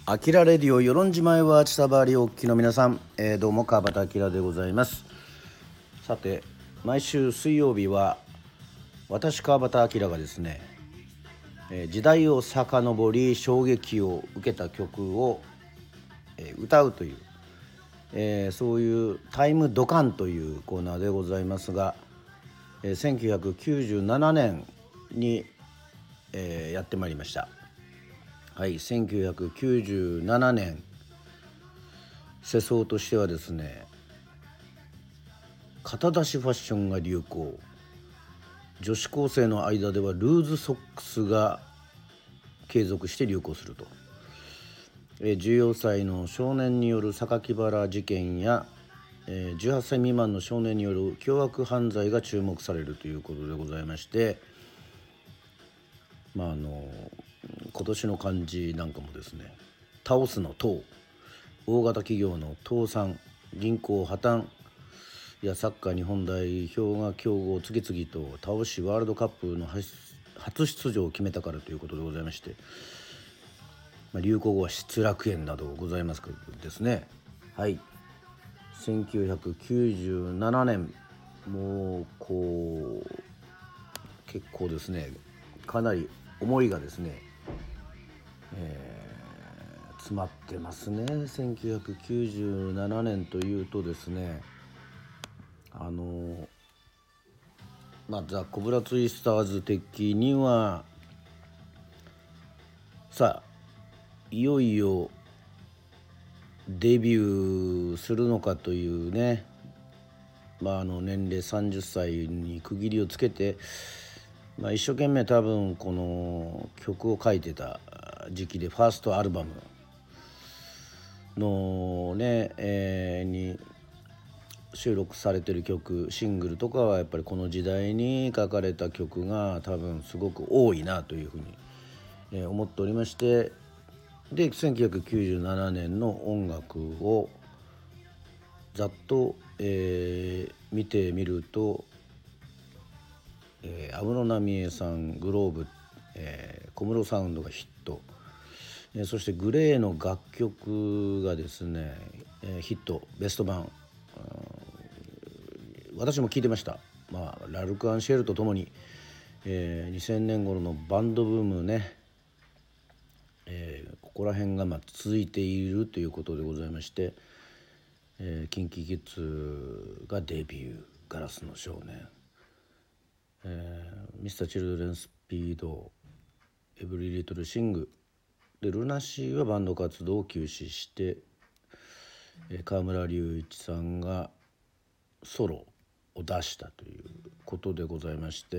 アキラレディオ与論島へは千葉りおっきの皆さん、どうも川端明でございます。さて、毎週水曜日は私川端明がですね、時代を遡り衝撃を受けた曲を、歌うという、そういうタイムドカンというコーナーでございますが、1997年に、やってまいりました。はい、1997年世相としてはですね、肩出しファッションが流行、女子高生の間ではルーズソックスが継続して流行すると、14歳の少年による榊原事件や、18歳未満の少年による凶悪犯罪が注目されるということでございまして、今年の漢字なんかもですね、倒すの倒、大型企業の倒産、銀行破綻やサッカー日本代表が強豪を次々と倒しワールドカップの初出場を決めたからということでございまして、流行語は失楽園などございますけどですね。はい、1997年、もう結構ですね、かなり思いがですね、詰まってますね。1997年というとですね、ザ・コブラツイスターズ的にはさあいよいよデビューするのかというね、年齢30歳に区切りをつけて、一生懸命多分この曲を書いてた時期で、ファーストアルバムのね、に収録されてる曲、シングルとかはやっぱりこの時代に書かれた曲が多分すごく多いなというふうに、思っておりまして、で1997年の音楽をざっと、見てみると、安室奈美恵さんグローブ、小室サウンドがヒット、そしてグレーの楽曲がですね、ヒットベスト版、私も聴いてました。ラルク・アンシェルとともに、2000年頃のバンドブームね、ここら辺が続いているということでございまして、キンキキッズがデビュー、ガラスの少年、ミスターチルドレンスピード、エブリリトルシングで、ルナシーはバンド活動を休止して、河村隆一さんがソロを出したということでございまして、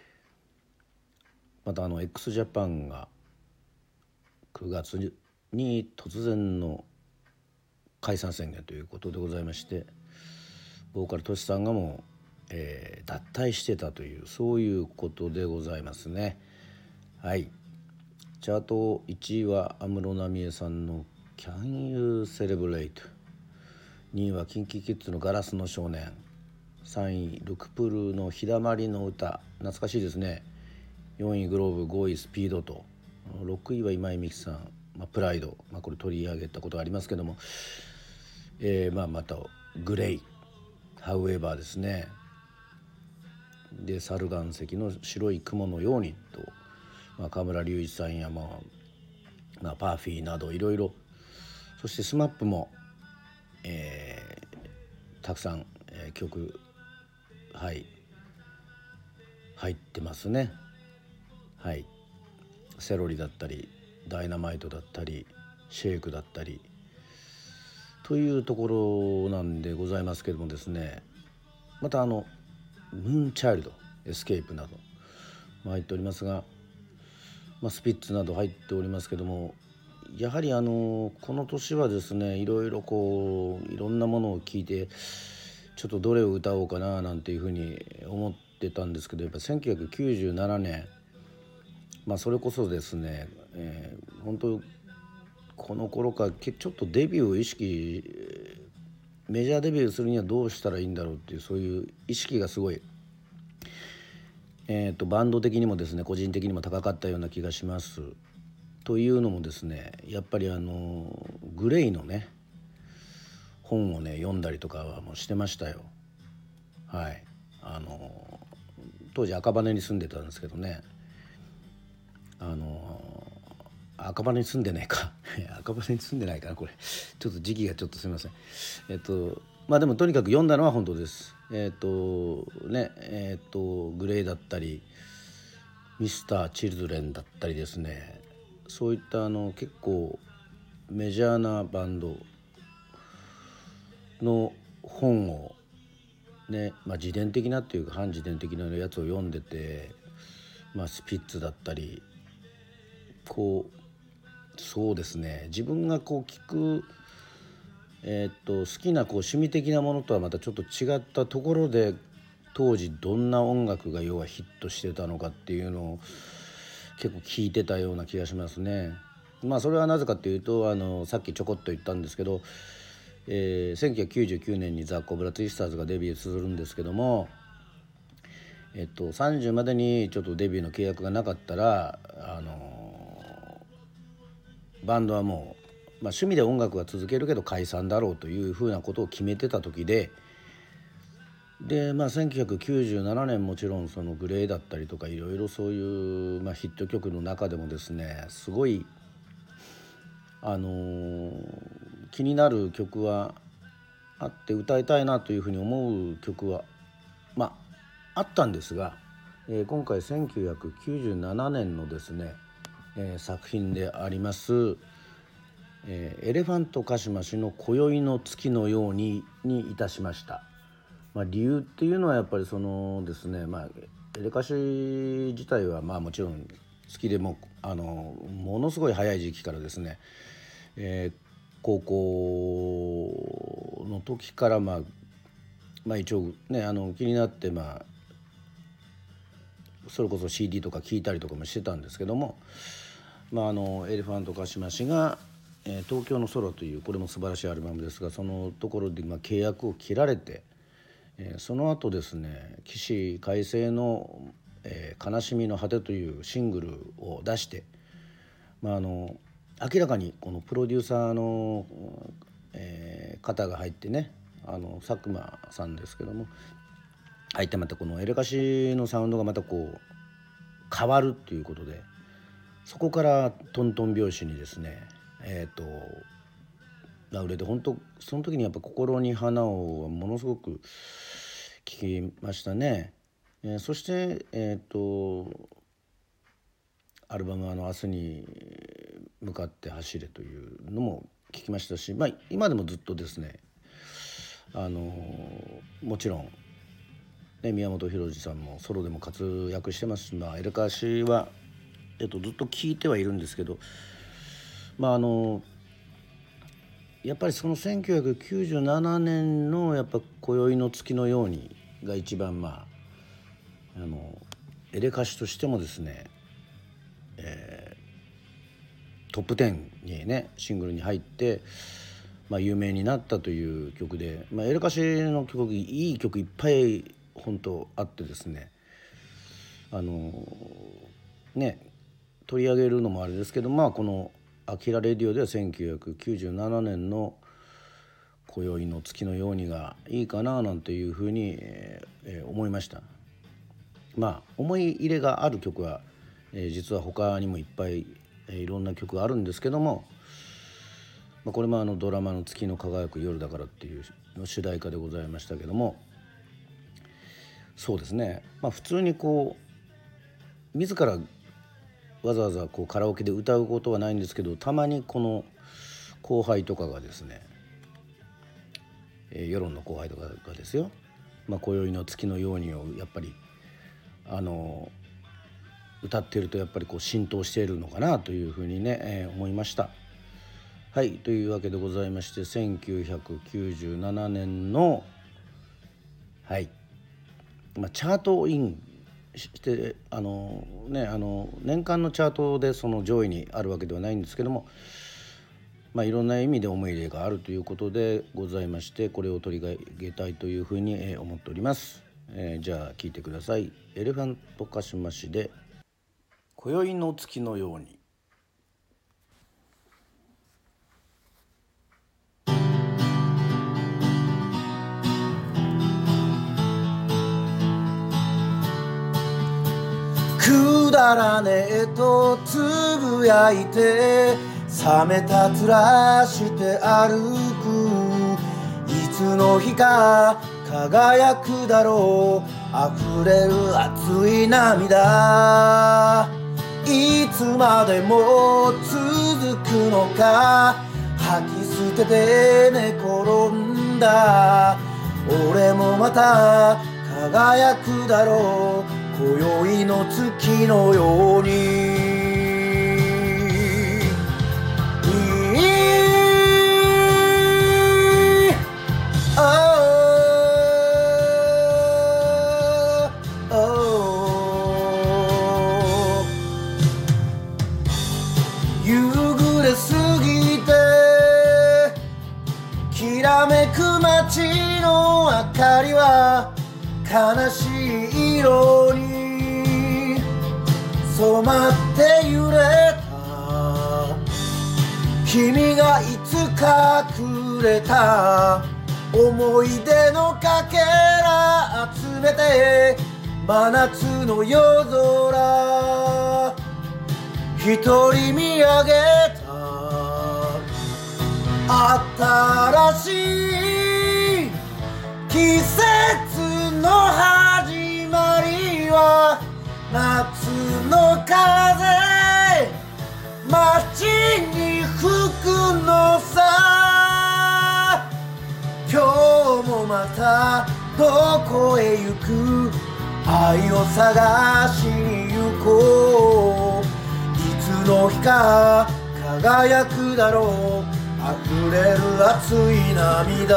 またx ジャパンが9月に突然の解散宣言ということでございまして、ボーカルトシさんがもう、脱退してたという、そういうことでございますね。はい、チャート1位は安室奈美恵さんの Can You Celebrate、 2位は KinKiKids のガラスの少年、3位ルクプルの日だまりの歌、懐かしいですね。4位グローブ、5位スピードと、6位は今井美樹さん、プライド、これ取り上げたことありますけども、またグレイ、ハウエバーですね。で猿岩石の白い雲のようにと、河村隆一さんや、パーフィーなどいろいろ、そしてスマップも、たくさん、曲、はい、入ってますね。はい、セロリだったりダイナマイトだったりシェイクだったりというところなんでございますけどもですね、またムーンチャイルド、エスケープなど入っておりますが、スピッツなど入っておりますけども、やはりこの年はですね、いろいろいろんなものを聞いて、ちょっとどれを歌おうかななんていうふうに思ってたんですけど、やっぱ1997年、それこそですね、本当この頃からちょっとデビューを意識、メジャーデビューするにはどうしたらいいんだろうっていう、そういう意識がすごい、バンド的にもですね、個人的にも高かったような気がします。 というのもですね、やっぱりグレイのね本をね読んだりとかはもうしてましたよ。はい。当時赤羽に住んでたんですけどね、赤羽に住んでないか赤羽に住んでないかな、これちょっと時期がちょっとすみません。でもとにかく読んだのは本当です。グレイだったりミスター・チルドレンだったりですね、そういった結構メジャーなバンドの本をね、自伝的なっていうか反自伝的なやつを読んでて、スピッツだったりそうですね、自分が聞く、好きな趣味的なものとはまたちょっと違ったところで当時どんな音楽が要はヒットしてたのかっていうのを結構聞いてたような気がしますね。それはなぜかっていうとさっきちょこっと言ったんですけど、1999年にザ・コブラツイスターズがデビューするんですけども、30までにちょっとデビューの契約がなかったらバンドはもう、趣味で音楽は続けるけど解散だろうというふうなことを決めてた時で、1997年もちろんそのグレーだったりとかいろいろそういう、ヒット曲の中でもですね、すごい気になる曲はあって歌いたいなというふうに思う曲はあったんですが、今回1997年のですね、作品であります、エレファントカシマシの今宵の月のようにいたしました。理由っていうのはやっぱりそのですね、エレカシ自体はもちろん好きでもものすごい早い時期からですね、高校の時から一応ね気になってそれこそ CD とか聞いたりとかもしてたんですけども、エレファントカシマシが、東京の空というこれも素晴らしいアルバムですが、そのところで契約を切られて、その後ですね起死回生の、悲しみの果てというシングルを出して、明らかにこのプロデューサーの、方が入ってね、佐久間さんですけども入ってまたこのエレカシのサウンドがまた変わるっていうことで、そこからトントン拍子にですね売れて、本当その時にやっぱ心に花をものすごく聞きましたね。そしてアルバム明日に向かって走れというのも聞きましたし、今でもずっとですねもちろん宮本浩次さんもソロでも活躍してますし、エレカシは、ずっと聴いてはいるんですけど、やっぱりその1997年のやっぱ今宵の月のようにが一番エレカシとしてもですね、トップ10にねシングルに入って、有名になったという曲で、エレカシの曲いい曲いっぱい本当あってですね、取り上げるのもあれですけど、この「アキラレディオ」では1997年の今宵の月のようにがいいかななんていうふうに、思いました。思い入れがある曲は、実は他にもいっぱい、いろんな曲があるんですけども、これもドラマの月の輝く夜だからっていうの主題歌でございましたけども、そうですね、普通に自らわざわざカラオケで歌うことはないんですけど、たまにこの後輩とかがですね、世論の後輩とかがですよ、今宵の月のようにをやっぱり歌ってるとやっぱり浸透しているのかなというふうにね、思いました。はい、というわけでございまして、1997年のはい、チャートインして年間のチャートでその上位にあるわけではないんですけども、いろんな意味で思い入れがあるということでございまして、これを取り上げたいというふうに思っております。じゃあ聞いてください。エレファントカシマシで今宵の月のように。 だらねえとつぶやいて冷めた面して歩くいつの日か輝くだろう溢れる熱い涙いつまでも続くのか吐き捨てて寝転んだ俺もまた輝くだろう今宵の月のように夕暮れ過ぎてきらめく街の明かりは悲しい色に染まって揺れた君がいつかくれた思い出のかけら集めて真夏の夜空一人見上げた新しい季節の始まりは夏の風街に吹くのさ今日もまたどこへ行く愛を探しに行こういつの日か輝くだろう溢れる熱い涙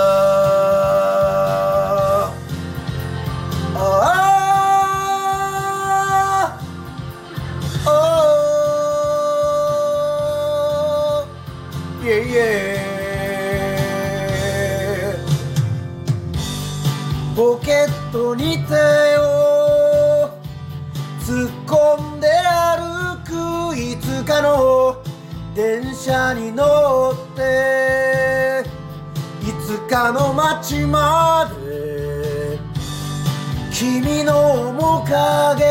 ポケットに手を突っ込んで歩くいつかの電車に乗っていつかの街まで君の面影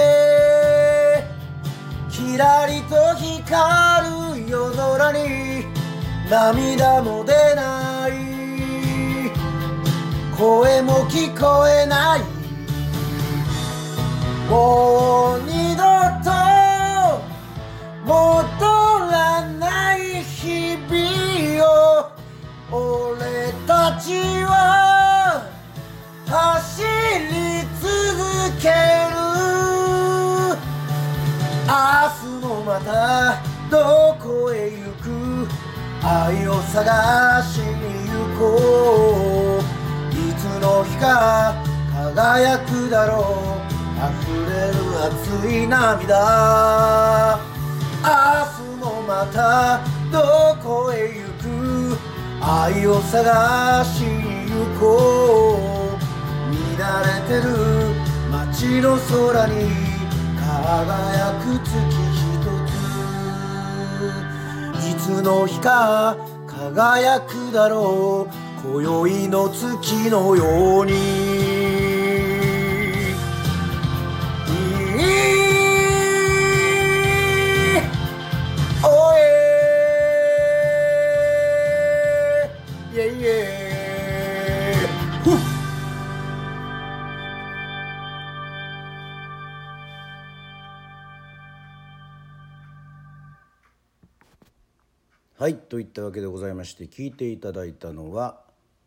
きらりと光る夜空に涙も出ない声も聞こえないもう二度と戻らない日々を俺たちは走り続ける明日もまたどこへ行く愛を探しに行こういつの日か輝くだろう溢れる熱い涙明日もまたどこへ行く愛を探しに行こう乱れてる街の空に輝く月一ついつの日か輝くだろう今宵の月のようにおえイエイエふっはい、といったわけでございまして聴いていただいたのは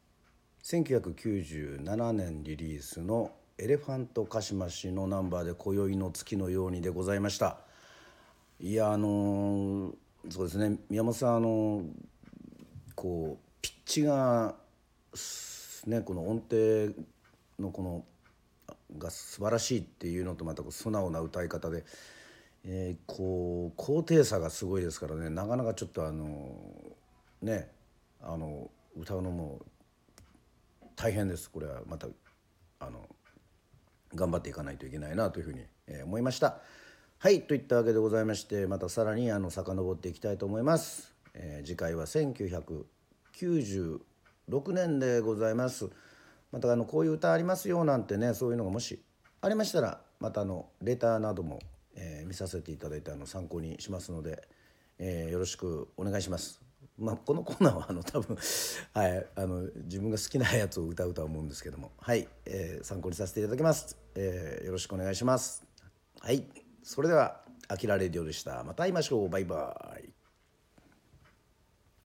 1997年リリースのエレファントカシマシのナンバーで今宵の月のようにでございました。いやそうですね宮本さんこうピッチがねこの音程のこのが素晴らしいっていうのとまた素直な歌い方で、こう高低差がすごいですからねなかなかちょっとね歌うのも大変です。これはまた頑張っていかないといけないなというふうに、思いました。はいといったわけでございましてまたさらに遡っていきたいと思います。次回は1996年でございます。またこういう歌ありますよなんてねそういうのがもしありましたらまたレターなども、 見させていただいて参考にしますので、よろしくお願いします。このコーナーは多分はい、自分が好きなやつを歌うとは思うんですけども、はい、参考にさせていただきます。よろしくお願いします。はい、それではアキラレディオでした。また会いましょう。バイバイ。